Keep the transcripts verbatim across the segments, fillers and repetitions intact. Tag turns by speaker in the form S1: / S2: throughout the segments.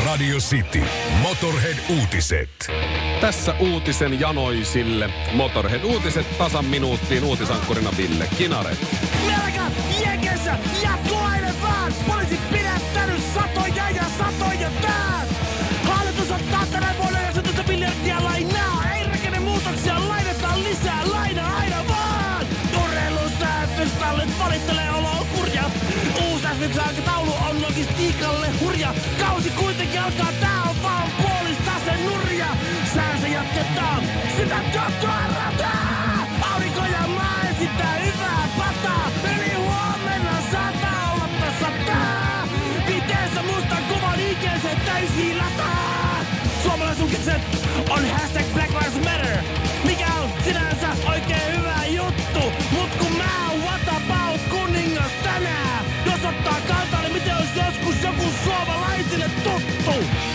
S1: Radio City. Motorhead-uutiset.
S2: Tässä uutisen janoisille. Motorhead-uutiset tasan minuuttiin, uutisankkurina Ville Kinaret.
S3: Melka Jekessä jatkoaine vaan! Poliisi pidättänyt satoja ja satoja taas! Hallitus ottaa tänä vuonna yhdeksäntoista miljardia lainaa! Ei rakennemuutoksia, lainataan lisää, laina aina vaan! Urheilussa F-stallit valittelee olo kurja! Uusi F-taulu on logistiikalle hurja! Kausi kuitenkin alkaa, tää on vaan puolista se nurja! Säänsä jatketaan, sitä jatkoa rataa! Aurinko ja maa esittää hyvää pataa! Eli huomenna saattaa olla sataa! Viteessä mustan kuvan ikäisen täysiin lataa! Suomalaisulkiset on hashtag Black Lives Matter! Mikä on sinänsä oikein hyvä juttu! Mut kun mä oon what about kuningas tänään! Jos ottaa kantaa, niin miten olisi joskus joku suomalaisille tuttu?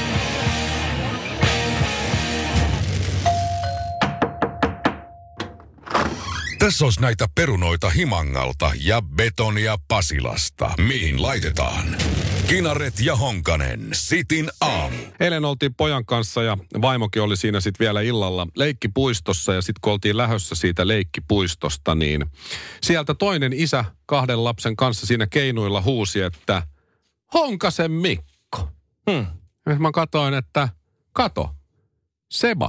S1: Tässä olisi näitä perunoita Himangalta ja betonia Pasilasta. Mihin laitetaan? Kinaret ja Honkanen, Cityn aamu.
S2: Eilen oltiin pojan kanssa ja vaimokin oli siinä sitten vielä illalla leikkipuistossa. Ja sitten kun oltiin lähössä siitä leikkipuistosta, niin sieltä toinen isä kahden lapsen kanssa siinä keinuilla huusi, että Honkasen Mikko. Hmm. Ja mä katsoin, että kato, Seba,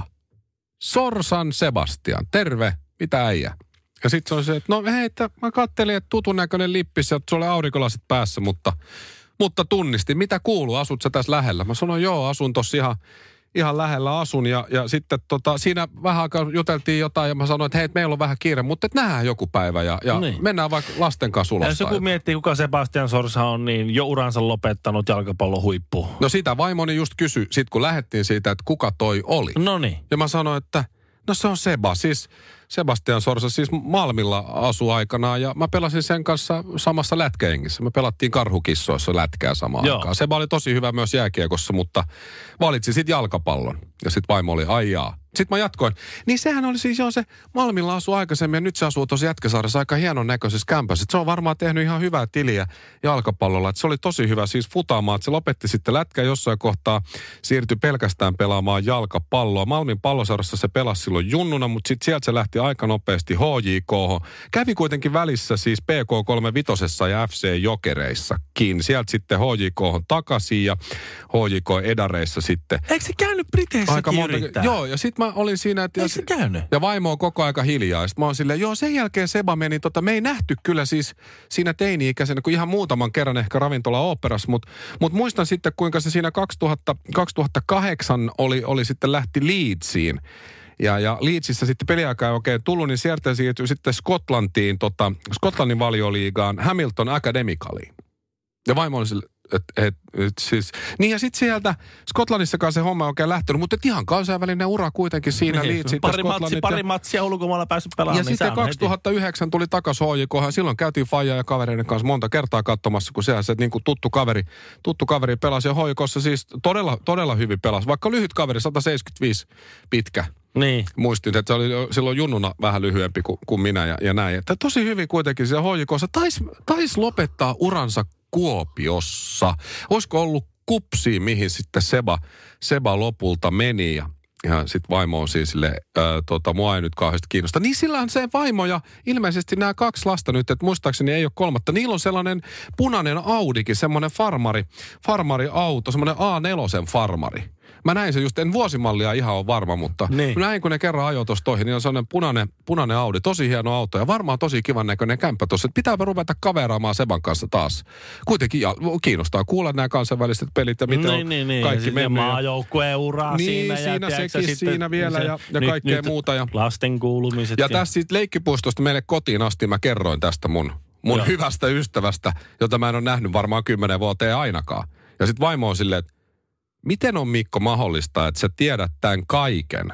S2: Sorsan Sebastian, terve, mitä äijä? Ja sitten se on se, että no hei, että mä kattelin, että tutun näköinen lippis ja sulla aurinkolasit päässä, mutta, mutta tunnistin. Mitä kuuluu? Asut sä tässä lähellä? Mä sanoin, joo, asun tossa ihan, ihan lähellä asun. Ja, ja sitten tota, siinä vähän aikaa juteltiin jotain ja mä sanoin, että hei, meillä on vähän kiire, mutta et nähdään joku päivä ja, ja niin. Mennään vaikka lasten kanssa ulos.
S4: Ja jos joku miettii, kuka Sebastian Sorsa on, niin jo uransa lopettanut jalkapallon huippuun.
S2: No sitä vaimoni just kysyi, sit kun lähdettiin siitä, että kuka toi oli.
S4: No niin.
S2: Ja mä sanoin, että no se on Seba, siis Sebastian Sorsa, siis Malmilla asui aikanaan ja mä pelasin sen kanssa samassa lätkäjengissä. Me pelattiin karhukissoissa lätkää samaan Joo. aikaan. Seba oli tosi hyvä myös jääkiekossa, mutta valitsi sitten jalkapallon. Ja sitten vaimo oli, ai jaa. Sitten mä jatkoin. Niin sehän oli siis jo se, Malmilla asui aikaisemmin ja nyt se asuu tosi Jätkäsaaressa aika hienon näköisessä kämpässä. Se on varmaan tehnyt ihan hyvää tiliä jalkapallolla. Et se oli tosi hyvä siis futaamaan. Se lopetti sitten lätkää jossain kohtaa, siirtyi pelkästään pelaamaan jalkapalloa. Malmin palloseurassa se pelasi silloin junnuna, mutta sitten sieltä se lähti aika nopeasti H J K:hon. Kävi kuitenkin välissä siis P K kolmekymmentäviisi ja F C Jokereissakin. Sieltä sitten H J K:hon takaisin ja H J K Edareissa sitten.
S4: Eikö se käynyt Briteissäkin
S2: aika monta,
S4: yrittää?
S2: Joo, ja sitten mä olin siinä, että...
S4: Eikö se käynyt?
S2: Ja vaimo on koko aika hiljaa. Ja sit mä oon silleen, joo, sen jälkeen Seba meni, tota, me ei nähty kyllä siis siinä teini-ikäisenä, kun ihan muutaman kerran ehkä ravintola oopperas, mutta mut muistan sitten, kuinka se siinä kaksituhatta, kaksituhattakahdeksan oli, oli sitten lähti Leedsiin. Ja, ja Leedsissä sitten peliaikaa ei oikein tullut, niin sieltä siirtyi sitten Skotlantiin, tota, Skotlannin valioliigaan, Hamilton Academicaliin. Ja vaimo oli sille, että et, et, siis... Niin ja sitten sieltä Skotlannissakaan se homma on oikein lähtenyt, mutta ihan kansainvälinen ura kuitenkin siinä
S4: niin,
S2: Leedsit
S4: pari, matsi, pari matsia ulkomailla päässyt pelaamaan.
S2: Ja
S4: niin
S2: sitten kaksituhattayhdeksän heti tuli takaisin H J K:han. Silloin käytiin faija ja kavereiden kanssa monta kertaa katsomassa, kun siellä se niin kuin tuttu kaveri, tuttu kaveri pelasi. Ja H J K:ssa siis todella, todella hyvin pelasi. Vaikka lyhyt kaveri, sata seitsemänkymmentäviisi pitkä.
S4: Niin.
S2: Muistin, että se oli silloin junnuna vähän lyhyempi kuin, kuin minä ja, ja näin. Että tosi hyvin kuitenkin siellä H J K:ssa taisi tais lopettaa uransa Kuopiossa. Olisiko ollut Kupsi, mihin sitten Seba, Seba lopulta meni ja, ja sitten vaimo on siis sille, ää, tota, mua ei nyt kauheasti kiinnosta. Niin sillä on se vaimo ja ilmeisesti nämä kaksi lasta nyt, että muistaakseni ei ole kolmatta. Niillä on sellainen punainen Audikin, semmoinen farmari, farmariauto, semmoinen A neljä farmari. Mä näin se just, en vuosimallia ihan ole varma, mutta niin. Näin kun ne kerran ajoi tuossa toihin, niin on sellainen punainen, punainen Audi, tosi hieno auto ja varmaan tosi kivan näköinen kämppä tuossa. Pitääpä ruveta kaveraamaan Seban kanssa taas. Kuitenkin ja, kiinnostaa kuulla nämä kansainväliset pelit ja miten
S4: niin, niin,
S2: on kaikki
S4: niin.
S2: mennyt.
S4: Ja maajoukkueen uraa
S2: niin,
S4: siinä.
S2: siinä
S4: ja
S2: sekin
S4: sitten,
S2: siinä vielä
S4: se,
S2: ja, ja
S4: nyt,
S2: kaikkea
S4: nyt
S2: muuta. Ja,
S4: lasten kuulumiset.
S2: Ja,
S4: ja
S2: tässä siitä leikkipuistosta meille kotiin asti mä kerroin tästä mun, mun hyvästä ystävästä, jota mä en ole nähnyt varmaan kymmenen vuoteen ainakaan. Ja sitten vaimo on silleen, että miten on Mikko mahdollista, että sä tiedät tämän kaiken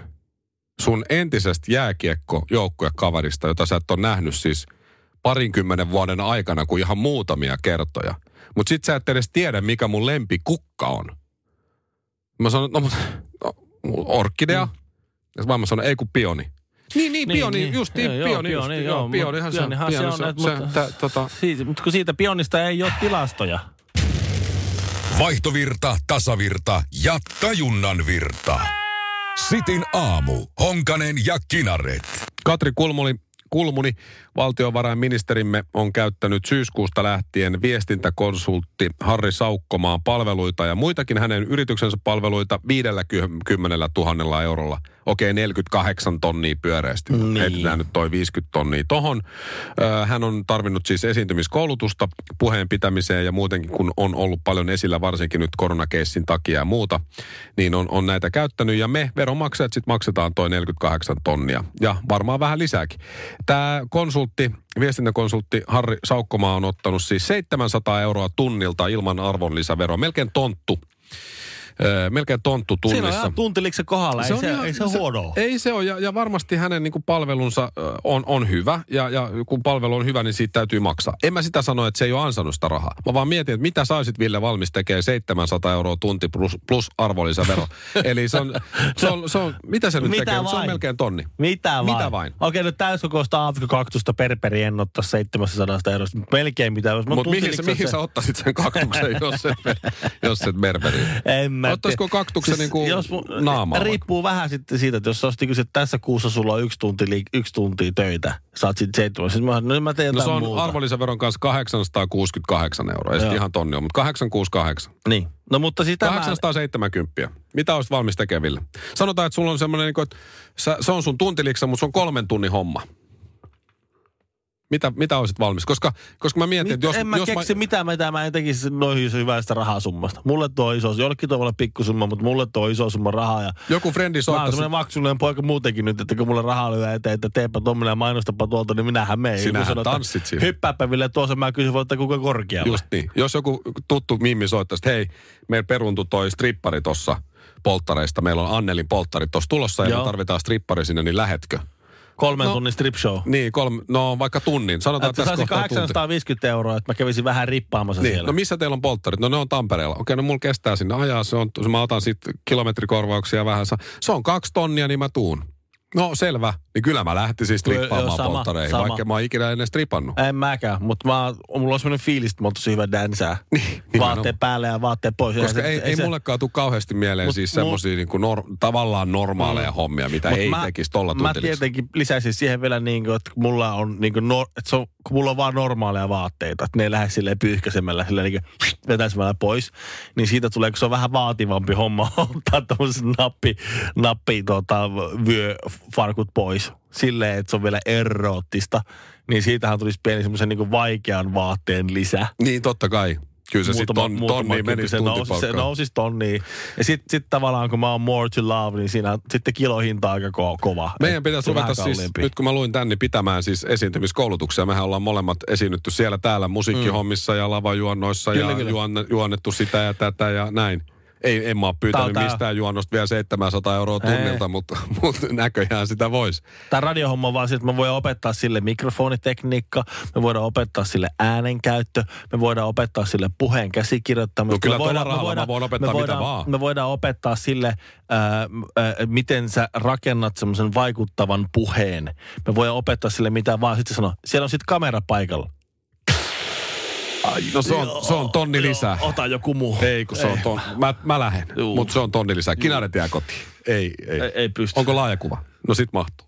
S2: sun entisestä jääkiekko-joukkuekaverista, jota sä et ole nähnyt siis parinkymmenen vuoden aikana kuin ihan muutamia kertoja. Mutta sit sä et edes tiedä, mikä mun lempikukka on. Mä sanon, no mutta no, orkidea. Mm. Ja vaimo sanoi, ei kun pioni. Niin, niin, pioni, niin, just niin, joo, pioni,
S4: pioni,
S2: just,
S4: joo,
S2: joo, pionihan se on.
S4: Pionihan se on,
S2: se,
S4: mutta,
S2: se, tä, tota.
S4: siitä, mutta kun siitä pionista ei ole tilastoja.
S1: Vaihtovirta, tasavirta ja tajunnan virta. Sitin aamu. Honkanen ja Kinaret.
S2: Katri Kulmuni, Kulmuni, valtiovarainministerimme, on käyttänyt syyskuusta lähtien viestintäkonsultti Harri Saukkomaan palveluita ja muitakin hänen yrityksensä palveluita viidelläkymmenellä tuhannella eurolla. Okei, neljäkymmentäkahdeksan tonnia pyöreästi. Niin. Heitetään nyt toi viisikymmentä tonnia tohon. Hän on tarvinnut siis esiintymiskoulutusta puheen pitämiseen ja muutenkin, kun on ollut paljon esillä, varsinkin nyt koronakeissin takia ja muuta, niin on, on näitä käyttänyt. Ja me veronmaksajat sitten maksetaan toi neljäkymmentäkahdeksan tonnia ja varmaan vähän lisääkin. Tämä konsultti, viestintäkonsultti Harri Saukkomaa on ottanut siis seitsemänsataa euroa tunnilta ilman arvonlisäveroa. Melkein tonttu. Öö, melkein tonttu tunnissa.
S4: Siinä on ihan tuntilikse kohdalla, se ei, se, ihan, ei se, se huono.
S2: Ei se ole, ja, ja varmasti hänen niin kuin palvelunsa on, on hyvä, ja, ja kun palvelu on hyvä, niin siitä täytyy maksaa. En mä sitä sano, että se ei ole ansainnut sitä rahaa. Mä vaan mietin, että mitä saisit Ville valmis tekee seitsemänsataa euroa tunti plus, plus arvonlisävero. Eli se on, se on, se on, mitä se nyt
S4: mitä
S2: tekee?
S4: Vain?
S2: Se on melkein tonni.
S4: Mitä vain?
S2: Mitä vain?
S4: Okei, nyt täyskokoista aavikokaktusta perperi en ottaa seitsemänsataa eurosta. Melkein mitä.
S2: Mutta mihin, se, mihin sä ottaisit sen kaktuksen, jos et, jos et berberi?
S4: En mä
S2: ottaisiko kaktuksen siis, niin kuin naamaa?
S4: Riippuu vähän sitten siitä, että jos olisi että tässä kuussa sulla on yksi tunti, yksi tunti töitä, saat sitten seitsemän. Siis mä, no mä teen jotain
S2: no se on
S4: muuta.
S2: Arvonlisäveron kanssa kahdeksansataakuusikymmentäkahdeksan euroa. Ei sitten ihan tonni on, mutta kahdeksansataakuusikymmentäkahdeksan.
S4: Niin. No mutta sitä
S2: kahdeksansataaseitsemänkymmentä. Mitä olisit valmis tekeville? Sanotaan, että sulla on semmoinen, että se on sun tuntiliksa, mutta se on kolmen tunnin homma. Mitä, mitä olisit valmis? Koska, koska mä mietin, että jos...
S4: En mä
S2: jos
S4: keksi
S2: mä...
S4: mitään, mitä mä en tekisi noihin hyvästä rahasummasta. Mulle tuo iso, jollekin tuo olla pikkusumma, mutta mulle tuo iso summa rahaa. Ja
S2: joku frendi soittaisi...
S4: Mä oon semmoinen maksullinen poika muutenkin nyt, että kun mulle rahaa lyö eteen, että teepä tuommoinen ja mainostapa tuolta, niin minähän meen.
S2: Sinähän tanssit siinä.
S4: Hyppääpä Ville tuossa, mä kysyn, että kuinka korkealla.
S2: Just niin. Jos joku tuttu mimmi soittaisi, että hei, meillä peruuntui toi strippari tossa polttareista. Meillä on Annelin polttarit tossa tulossa ja Joo. me tarvitaan strippari sinne, niin lähetkö?
S4: Kolmen
S2: no,
S4: tunnin strip show.
S2: Niin, kolme, no vaikka tunnin. Sanotaan, että tässä kohtaa
S4: kahdeksansataaviisikymmentä euroa, että mä kävisin vähän rippaamassa
S2: niin,
S4: siellä.
S2: No missä teillä on polttarit? No ne on Tampereella. Okei, no mulla kestää sinne ajaa. Se on, mä otan sitten kilometrikorvauksia vähän. Se on kaksi tonnia, niin mä tuun. No selvä. Niin kyllä mä lähtisin strippaamaan polttareihin, sama. Vaikka mä oon ikinä ennen stripannut.
S4: En mäkään, mutta mä, mulla on semmoinen fiilis, että mä oon tosi hyvä dänsää.
S2: Niin,
S4: vaatteen päälle ja vaatteen pois.
S2: Koska
S4: se,
S2: ei, ei se... mullekaan tule kauheasti mieleen mut, siis semmosia niinku nor, tavallaan normaaleja mm. hommia, mitä mut ei mä, tekisi tolla tuntiliksi. Mä
S4: tietenkin lisäisin siihen vielä niin kuin, että mulla on, niin kuin, nor, että se on, kun mulla on vaan normaaleja vaatteita, että ne ei lähde silleen pyyhkäsemällä, silleen niin kuin vetäisemällä pois, niin siitä tulee, kun se on vähän vaativampi homma ottaa tommoset nappi, nappi tota, vyöfarkut pois. Silleen, että se on vielä eroottista, niin siitähän tulisi pieni semmoisen niin kuin vaikean vaatteen lisä.
S2: Niin, totta kai. Kyllä se sitten ton, tonniin menisi tuntipalkkaan.
S4: Se nousisi tonniin. Ja sitten sit tavallaan, kun mä oon more to love, niin siinä sitten kilohinta aika ko- kova.
S2: Meidän pitäisi ruveta siis, nyt kun mä luin tän, niin pitämään siis esiintymiskoulutuksia. Mehän ollaan molemmat esiinnytty siellä täällä musiikkihommissa mm. ja lavajuonnoissa kyllä, ja kyllä. Juon, juonnettu sitä ja tätä ja näin. Ei, en mä ole pyytänyt tää, mistään juonnosta vielä seitsemänsataa euroa tunnilta, mutta, mutta näköjään sitä voisi.
S4: Tämä radiohomma on vaan se, että me voidaan opettaa sille mikrofonitekniikka, me voidaan opettaa sille äänenkäyttö, me voidaan opettaa sille puheen käsikirjoittamista.
S2: No kyllä
S4: tuolla
S2: rahalla mä voin opettaa
S4: me voidaan,
S2: mitä vaan.
S4: Me voidaan opettaa sille, ää, ää, miten sä rakennat semmoisen vaikuttavan puheen. Me voidaan opettaa sille mitä vaan. Sitten sanoo, siellä on sitten kamera paikalla.
S2: Ai, no se on, se on tonni lisää.
S4: Ota joku muu.
S2: Ei, kun se ei. on tonni. Mä, mä lähden, mutta se on tonni lisää. Kinaret jää kotiin. Ei, ei.
S4: Ei, ei pysty.
S2: Onko laajakuva? No sit mahtuu.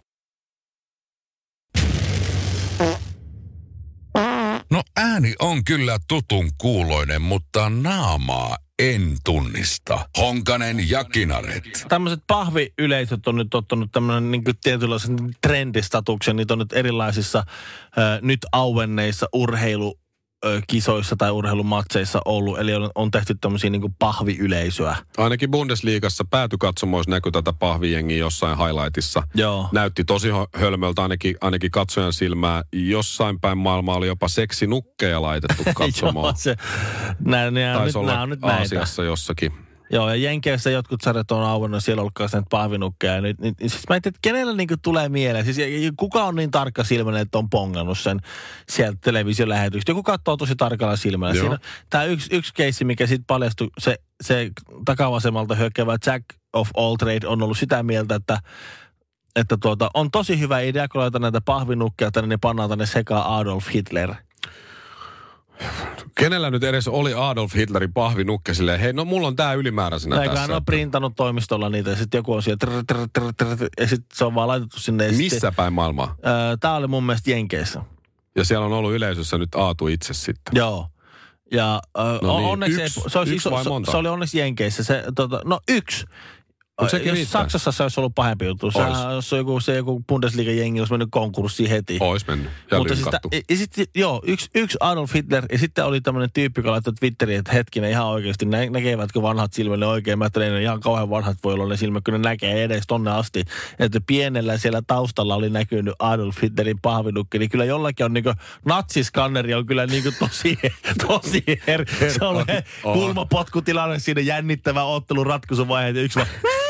S1: No ääni on kyllä tutun kuuloinen, mutta naamaa en tunnista. Honkanen ja Kinaret.
S4: Tämmöiset pahviyleisöt on nyt ottanut tämmöinen niin kuin tietynlaisen trendistatuksen. Niitä on nyt erilaisissa äh, nyt auenneissa urheilu kisoissa tai urheilumatseissa ollut, eli on, on tehty tämmöisiä niin kuin pahviyleisöä.
S2: Ainakin Bundesliigassa päätykatsomoissa näkyi tätä pahvijengiä jossain highlightissa.
S4: Joo.
S2: Näytti tosi hölmöltä ainakin, ainakin katsojan silmää. Jossain päin maailmaa oli jopa seksinukkeja laitettu katsomaan.
S4: Joo, se, nää, nää
S2: Taisi
S4: on
S2: olla
S4: nyt, on nyt
S2: Aasiassa näitä. Jossakin.
S4: Joo, ja Jenkeissä jotkut sarjat on auennut, siellä on ollut näitä pahvinukkeja. Nyt, nyt, siis mä en tiedä, kenellä niinku tulee mieleen. Siis kuka on niin tarkka silmäinen, että on pongannut sen sieltä televisiolähetyksestä. Joku katsoo tosi tarkalla silmällä. Siinä, tämä yksi, yksi keissi, mikä sitten paljastui, se, se takavasemmalta hyökkäävä Jack of all trade on ollut sitä mieltä, että että tuota, on tosi hyvä idea, kun laitetaan näitä pahvinukkeja tänne, niin pannaan tänne sekaan Adolf Hitler.
S2: Kenellä nyt edes oli Adolf Hitlerin pahvinukke silleen, hei, no mulla on tää ylimääräisenä
S4: Eiköhän
S2: tässä.
S4: Eiköhän on printannut toimistolla niitä ja sitten joku on siellä trr, trr, trr, trr, ja sitten se on vaan laitettu sinne.
S2: Missä
S4: sitten,
S2: päin maailmaa?
S4: Öö, tää oli mun mielestä Jenkeissä.
S2: Ja siellä on ollut yleisössä nyt Aatu itse sitten.
S4: Joo. Ja öö,
S2: no niin,
S4: onneksi
S2: yksi,
S4: ei, se, olisi
S2: yksi
S4: iso,
S2: vai monta?
S4: Se oli onneksi Jenkeissä. Se, tota, no yksi. Jos Saksassa se olisi ollut pahempi juttu. Se, jos on joku, se joku Bundesliga-jengi olisi mennyt konkurssiin heti.
S2: Ois mennyt. Ja
S4: mutta sitä, ja, ja sitten, joo, yksi, yksi Adolf Hitler, ja sitten oli tämmöinen tyyppi, joka laittoi Twitteriin, että hetkinen ihan oikeasti, nä, näkevätkö vanhat silmälle oikein? Mä ajattelin, että ihan kauhean vanhat voi olla ne silmät, kun ne näkee edes tonne asti. Että pienellä siellä taustalla oli näkynyt Adolf Hitlerin pahvinukki, niin kyllä jollakin on niinku, natsiskanneri on kyllä niinku tosi, tosi her, se on kulmapotkutilanne siinä jännittävä ottelun ratkaisuvaihe, ja yksi vaan,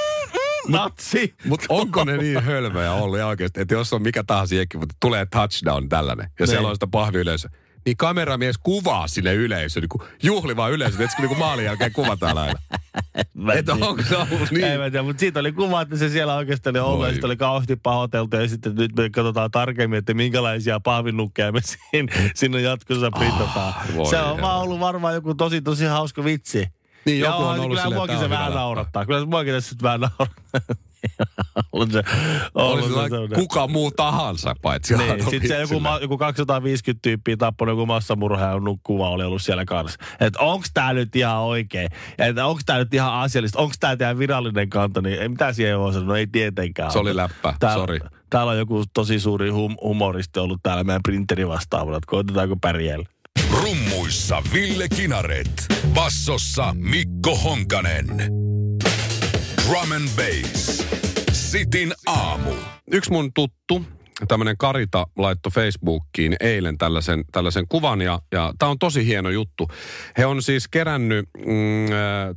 S4: natsi.
S2: Mutta onko ne niin hölmöjä ollut oikeasti, että jos on mikä tahansa jekki, mutta tulee touchdown tällainen, ja siellä on sitä pahviyleisöä, niin kameramies kuvaa sinne yleisöön, niin kuin juhlivaa yleisöä, että niin maalin jälkeen kuvataan aina. Että onko se ollut niin?
S4: Ei mä tiedä, mutta siitä oli kuva, että se siellä oikeasti oli ollut, ja sitten oli kauheasti pahoiteltu, ja sitten nyt me katsotaan tarkemmin, että minkälaisia pahvinnukkeja me siinä, siinä jatkossa printataan. Oh, se on vaan ollut varmaan joku tosi, tosi hauska vitsi.
S2: Niin,
S4: ja
S2: joku on ollut
S4: kyllä muakin se vähän naurattaa. Kyllä se muakin tässä vähän naurattaa. se,
S2: Olisi se kuka muu tahansa, paitsi
S4: niin, sitten se joku, joku kaksisataaviisikymmentä tyyppiä tappanut, joku massamurha ja kuva oli ollut siellä kanssa. Että onko tämä nyt ihan oikein? Että onko tämä nyt ihan asiallista? Onko tämä teidän virallinen kanta? Niin ei mitään siihen voi sanoa, no ei tietenkään.
S2: Se oli läppä,
S4: täällä,
S2: sori.
S4: Täällä on joku tosi suuri hum- humoristi ollut täällä meidän printeri vastaavalla, että koitetaanko pärjäällä.
S1: Rummuissa Ville Kinaret. Bassossa Mikko Honkanen. Drum and Bass. Sitin aamu.
S2: Yksi mun tuttu, tämmönen Karita, laittoi Facebookiin eilen tällaisen, tällaisen kuvan ja, ja tää on tosi hieno juttu. He on siis kerännyt mm, äh,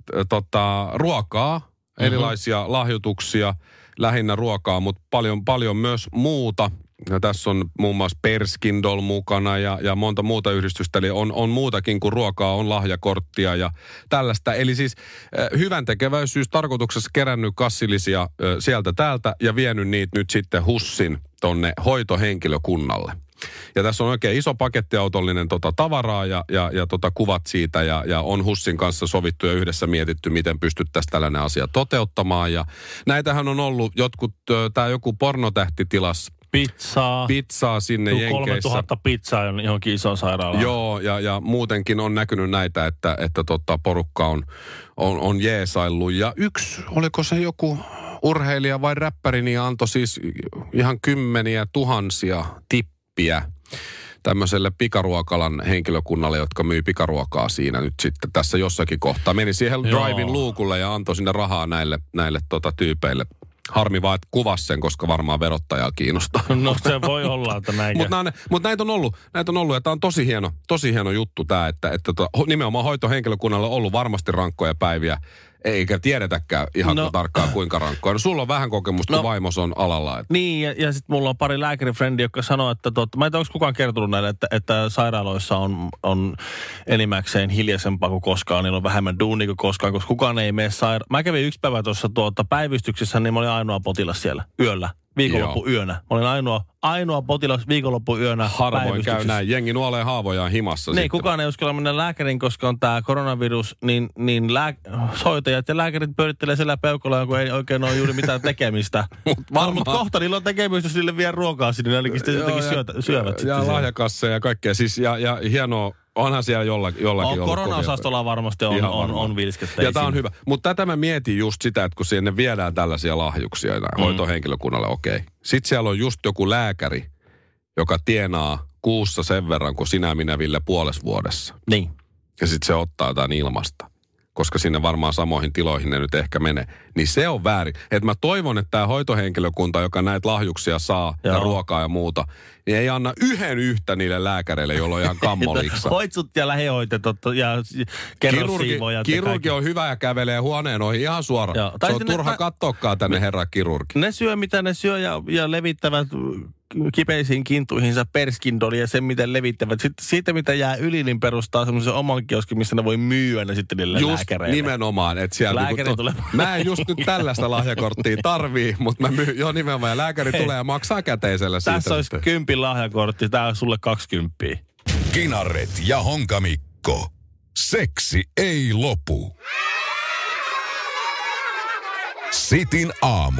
S2: tota, ruokaa, mm-hmm. erilaisia lahjoituksia, lähinnä ruokaa, mutta paljon, paljon myös muuta. Ja tässä on muun muassa Perskindol mukana ja, ja monta muuta yhdistystä, eli on, on muutakin kuin ruokaa, on lahjakorttia ja tällaista. Eli siis äh, hyvän tekeväisyys tarkoituksessa kerännyt kassillisia äh, sieltä täältä ja vienyt niitä nyt sitten HUSin tonne hoitohenkilökunnalle. Ja tässä on oikein iso pakettiautollinen tota tavaraa ja, ja, ja tota kuvat siitä ja, ja on HUSin kanssa sovittu ja yhdessä mietitty, miten pystyttäisiin tällainen asia toteuttamaan. Ja näitähän on ollut jotkut, tämä joku pornotähtitilas
S4: Pizzaa.
S2: Pizzaa sinne Jenkeissä.
S4: kolmetuhatta pizzaa johonkin isoon sairaalaan.
S2: Joo, ja, ja muutenkin on näkynyt näitä, että, että tota porukka on, on, on jeesaillut. Ja yksi, oliko se joku urheilija vai räppäri, niin antoi siis ihan kymmeniä tuhansia tippiä tämmöiselle pikaruokalan henkilökunnalle, jotka myy pikaruokaa siinä nyt sitten tässä jossakin kohtaa. Meni siihen drive-in luukulle ja antoi sinne rahaa näille, näille tota tyypeille. Harmi vaan, että kuvasi sen, koska varmaan verottajaa kiinnostaa.
S4: No se voi olla, että näin.
S2: Mutta mut näitä on ollut, näitä on ollut, ja tämä on tosi hieno, tosi hieno juttu tämä, että, että to, nimenomaan hoitohenkilökunnalla on ollut varmasti rankkoja päiviä, eikä tiedetäkään ihan no, tarkkaan kuinka rankkoja. No sulla on vähän kokemusta, no, kun vaimos on alalla. Että.
S4: Niin, ja, ja sitten mulla on pari lääkärifrendi, jotka sanoo, että totta, mä en tiedä, onko kukaan kertonut näille, että, että sairaaloissa on, on enimmäkseen hiljaisempaa kuin koskaan, niillä on vähemmän duunia kuin koskaan, koska kukaan ei mene sairaalaan. Mä kävin yksi päivä tuossa tuota päivystyksessä, niin mä olin ainoa potilas siellä yöllä. Viikonloppu yönä. Mä olin ainoa, ainoa potilas viikonloppu yönä.
S2: Harvoin käy näin. Jengi nuolee haavojaan himassa.
S4: Niin, sitten. Kukaan ei uskalla mennä lääkärin, koska on tää koronavirus, niin, niin lää... soitajat ja lääkärit pyörittelee siellä peukolla, kun ei oikein ole juuri mitään tekemistä. Mutta mut kohta niillä on tekemistä, jos niille vie ruokaa sinne, niin ainakin sitten jotenkin syötä, syövät.
S2: Ja, ja lahjakasseja ja kaikkea. Siis, ja, ja hienoa. Onhan siellä jollakin, jollakin
S4: on, korona-osastolla varmasti on, on, on vilskettä.
S2: Ja tämä on hyvä. Mutta tätä mä mietin just sitä, että kun sinne viedään tällaisia lahjuksia mm. hoitohenkilökunnalle, okei. Okay. Sitten siellä on just joku lääkäri, joka tienaa kuussa sen verran, kuin sinä minä Ville puolessa vuodessa.
S4: Niin.
S2: Ja sitten se ottaa tämän ilmasta. Koska sinne varmaan samoihin tiloihin ne nyt ehkä menee. Niin se on väärin. Että mä toivon, että tämä hoitohenkilökunta, joka näitä lahjuksia saa Joo. ja ruokaa ja muuta, niin ei anna yhden yhtä niille lääkäreille, jolla on ihan kammoliksa.
S4: Hoitsut ja lähihoitetut ja kerrosiivojat.
S2: Kirurgi on hyvä ja kävelee huoneen ohi ihan suoraan. Joo. Se on turha ne, katsoakaan tänne herra kirurgi.
S4: Ne syö mitä ne syö ja, ja levittävät kipeisiin kintuihinsa perskindolia ja sen, miten levittävät. Sitten siitä, mitä jää yli, niin perustaa semmoisen oman kioskin, missä ne voi myyä ne sitten niille
S2: just
S4: lääkäreille.
S2: Nimenomaan. Että siellä
S4: lääkäri
S2: niin
S4: tulee.
S2: Mä en just nyt tällaista lahjakorttia tarvii, mutta mä myyn, joo nimenomaan. Ja lääkäri Hei. tulee ja maksaa käteisellä siitä.
S4: Tässä olisi kympin lahjakortti, tää on sulle kaksikymppiä.
S1: Kinaret ja Honkamikko. jatko. Seksi ei lopu. Sitin aamu.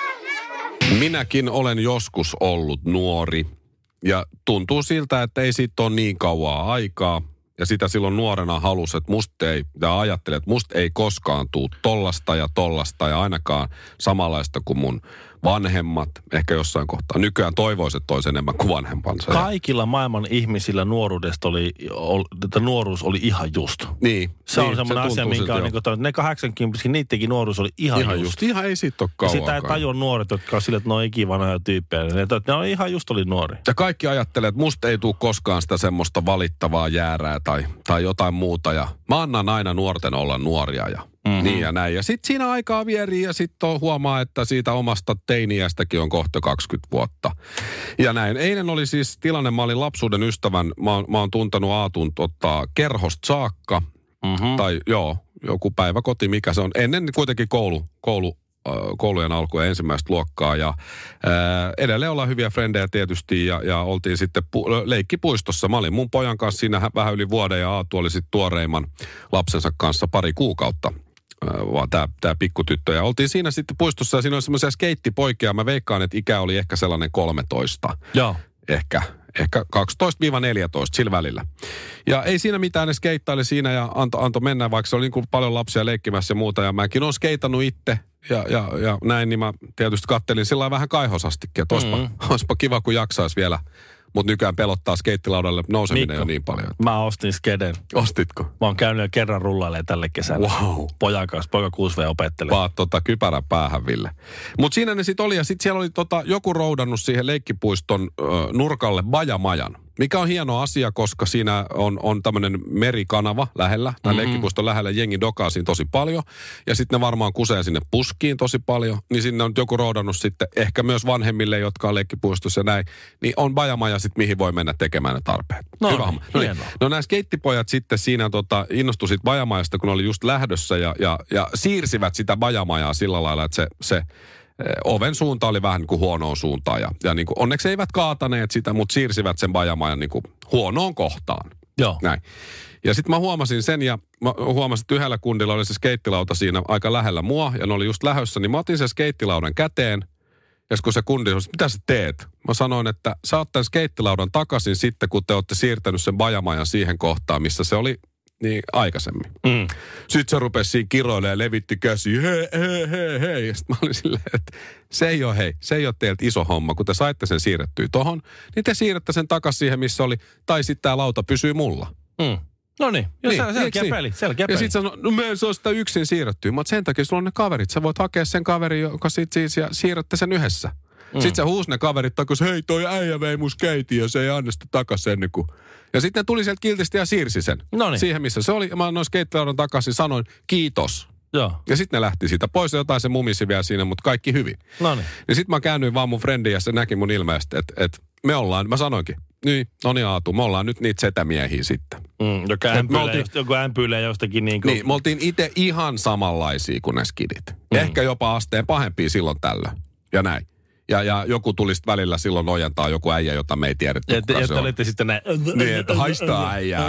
S2: Minäkin olen joskus ollut nuori ja tuntuu siltä, että ei siitä ole niin kauaa aikaa. Ja sitä silloin nuorena halusi, että musta ei, ja ajattelin, että musta ei koskaan tule tollasta ja tollasta ja ainakaan samanlaista kuin mun vanhemmat, ehkä jossain kohtaa. Nykyään toivoisin, että olisi enemmän kuin vanhempansa.
S4: Kaikilla maailman ihmisillä nuoruudesta oli, että nuoruus oli ihan just.
S2: Niin.
S4: Se
S2: niin,
S4: on semmoinen
S2: se
S4: asia, minkä on niin kuin, ne kahdeksankymmentä, niidenkin nuoruus oli ihan,
S2: ihan
S4: just.
S2: just. Ihan ei siitä ole kauan.
S4: Sitä ei tajua nuoret, jotka on sille, että ne on ikivanhoja tyyppejä. Ne, ne on ihan just oli nuori.
S2: Ja kaikki ajattelee, että musta ei tule koskaan sitä semmoista valittavaa jäärää tai, tai jotain muuta. Ja mä annan aina nuorten olla nuoria ja mm-hmm. niin ja näin. Ja sitten siinä aikaa vierii ja sitten huomaa, että siitä omasta teiniästäkin on kohta kaksikymmentä vuotta. Ja näin. Eilen oli siis tilanne, mä olin lapsuuden ystävän, mä oon, mä oon tuntenut Aatun tota, kerhosta saakka. Mm-hmm. Tai joo, joku päiväkoti, mikä se on. Ennen kuitenkin koulu, koulu äh, koulujen alkua ensimmäistä luokkaa. Ja äh, edelleen ollaan hyviä frendejä tietysti ja, ja oltiin sitten pu- leikkipuistossa. Mä olin mun pojan kanssa siinä vähän yli vuoden ja Aatu oli sitten tuoreimman lapsensa kanssa pari kuukautta. Vaan tämä tää pikkutyttö. Ja oltiin siinä sitten puistossa ja siinä oli semmoisia skeittipoikia. Mä veikkaan, että ikä oli ehkä sellainen kolmetoista.
S4: Joo.
S2: Ehkä, ehkä kaksitoista neljätoista sillä välillä. Ja ei siinä mitään, ne skeittaili siinä ja antoi anto mennä, vaikka se oli niin kuin paljon lapsia leikkimässä ja muuta. Ja mäkin olen skeitannut itse ja, ja, ja näin, niin mä tietysti kattelin sillä vähän kaihosastikin. Että olisipa, mm. olisipa kiva, kun jaksaisi vielä. Mutta nykyään pelottaa skeittilaudalle nouseminen
S4: Mikko,
S2: jo niin paljon.
S4: Mä ostin skeden.
S2: Ostitko?
S4: Mä oon käynyt jo kerran rullailemaan tälle kesällä.
S2: Wow.
S4: Pojan kanssa, poika kuusi vuotta opettelee.
S2: Paat tota kypärän päähän, Ville. Mutta siinä ne sitten oli, ja sitten siellä oli tota, joku roudannut siihen leikkipuiston ö, nurkalle bajamajan. Mikä on hieno asia, koska siinä on, on tämmöinen merikanava lähellä, tai mm-hmm. leikkipuiston lähellä, jengi dokaa siinä tosi paljon. Ja sitten ne varmaan kusee sinne puskiin tosi paljon. Niin sinne on joku roudannut sitten, ehkä myös vanhemmille, jotka on leikkipuistossa ja näin. Niin on bajamaja sitten, mihin voi mennä tekemään ne tarpeet.
S4: No,
S2: Hyvä
S4: niin,
S2: no, niin. no nämä skeittipojat sitten siinä tota, innostu siitä bajamajasta, kun oli just lähdössä ja, ja, ja siirsivät sitä bajamajaa sillä lailla, että se... se oven suunta oli vähän niin kuin huonoon suuntaan. Ja, ja niin kuin, onneksi eivät kaataneet sitä, mutta siirsivät sen bajamajan niin kuin huonoon kohtaan.
S4: Joo.
S2: Näin. Ja sitten mä huomasin sen ja mä huomasin, että yhdellä kundilla oli se skeittilauta siinä aika lähellä mua. Ja ne oli just lähössä, niin mä otin sen skeittilaudan käteen. Ja kun se kundi sanoi, mitä sä teet? Mä sanoin, että sä oot tämän skeittilaudan takaisin sitten, kun te olette siirtänyt sen bajamajan siihen kohtaan, missä se oli niin aikaisemmin. Mm. Sitten se rupesi siinä kiroilemaan ja levitti käsiä. Hei, hei, hei, hei. Ja sitten mä olin silleen, että se ei ole hei, se ei ole teiltä iso homma. Kun te saitte sen siirrettyä tohon, niin te siirrätte sen takaisin siihen, missä oli. Tai sitten tämä lauta pysyy mulla.
S4: Mm. No niin, ja niin, selkeä
S2: niin?
S4: peli, selkeä
S2: ja
S4: peli.
S2: Ja sitten sanoi, no me ei saa sitä yksin siirrettyä. Mutta sen takia sulla on ne kaverit. Sä voit hakea sen kaverin, joka sit siis ja siirrätte sen yhdessä. Mm. Sitten se huusi ne kaverit takaisin, hei toi äijä vei mun skeitin ja se ei anna sitä takaisin ennen kuin... Ja sitten ne tuli sieltä kiltisti ja siirsi sen. Noniin. Siihen, missä se oli. Ja mä annoin skeittilaudan takaisin, sanoin kiitos.
S4: Joo.
S2: Ja sitten ne lähti siitä pois ja jotain se mumisi vielä siinä, mutta kaikki hyvin.
S4: Noniin.
S2: Ja sitten mä käännyin vaan mun friendin ja se näki mun ilmeisesti, että et me ollaan, mä sanoinkin, niin, no niin Aatu, me ollaan nyt niitä setämiehiä sitten.
S4: Mm, joka ämpyilee, oltiin, joku ämpyilee jostakin niin kuin...
S2: Niin, me oltiin itse ihan samanlaisia kuin ne skidit. Mm. Ehkä jopa asteen pahempia silloin tällöin. Ja näin. Ja, ja joku tuli sitten välillä silloin ojentaa joku äijä, jota me ei tiedetty,
S4: ja,
S2: kuka
S4: ja
S2: se on.
S4: olitte sitten näin...
S2: Niin, että haistaa äijää,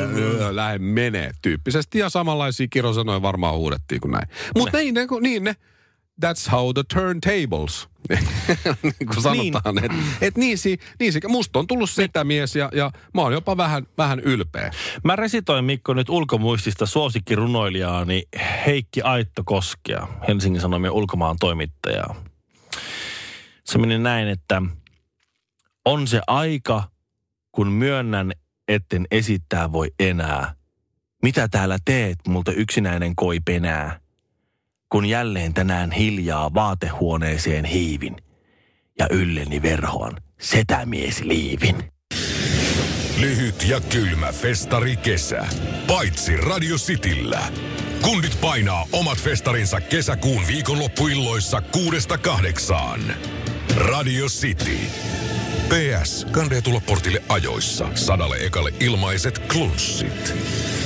S2: lähde menee tyyppisesti. Ja samanlaisia kirosanoja varmaan huudettiin kuin näin. Mutta niin ne, niin ne, that's how the turntables, niin kuin sanotaan. Niin. Että et niin, si, niin si, musta on tullut setämies ja, ja mä oon jopa vähän, vähän ylpeä.
S4: Mä resitoin Mikko nyt ulkomuistista suosikkirunoilijaani Heikki Aittokoskea, Helsingin Sanomien ulkomaan toimittajaa. Se meni näin, että on se aika, kun myönnän, etten esittää voi enää. Mitä täällä teet, multa yksinäinen koi penää? Kun jälleen tänään hiljaa vaatehuoneeseen hiivin ja ylleni verhoan setämiesliivin.
S1: Lyhyt ja kylmä festari kesä, paitsi Radio Cityllä. Kundit painaa omat festarinsa kesäkuun viikonloppuilloissa kuudesta kahdeksaan. Radio City. P S. Kandee tulla portille ajoissa. Sadalle ekalle ilmaiset klunssit.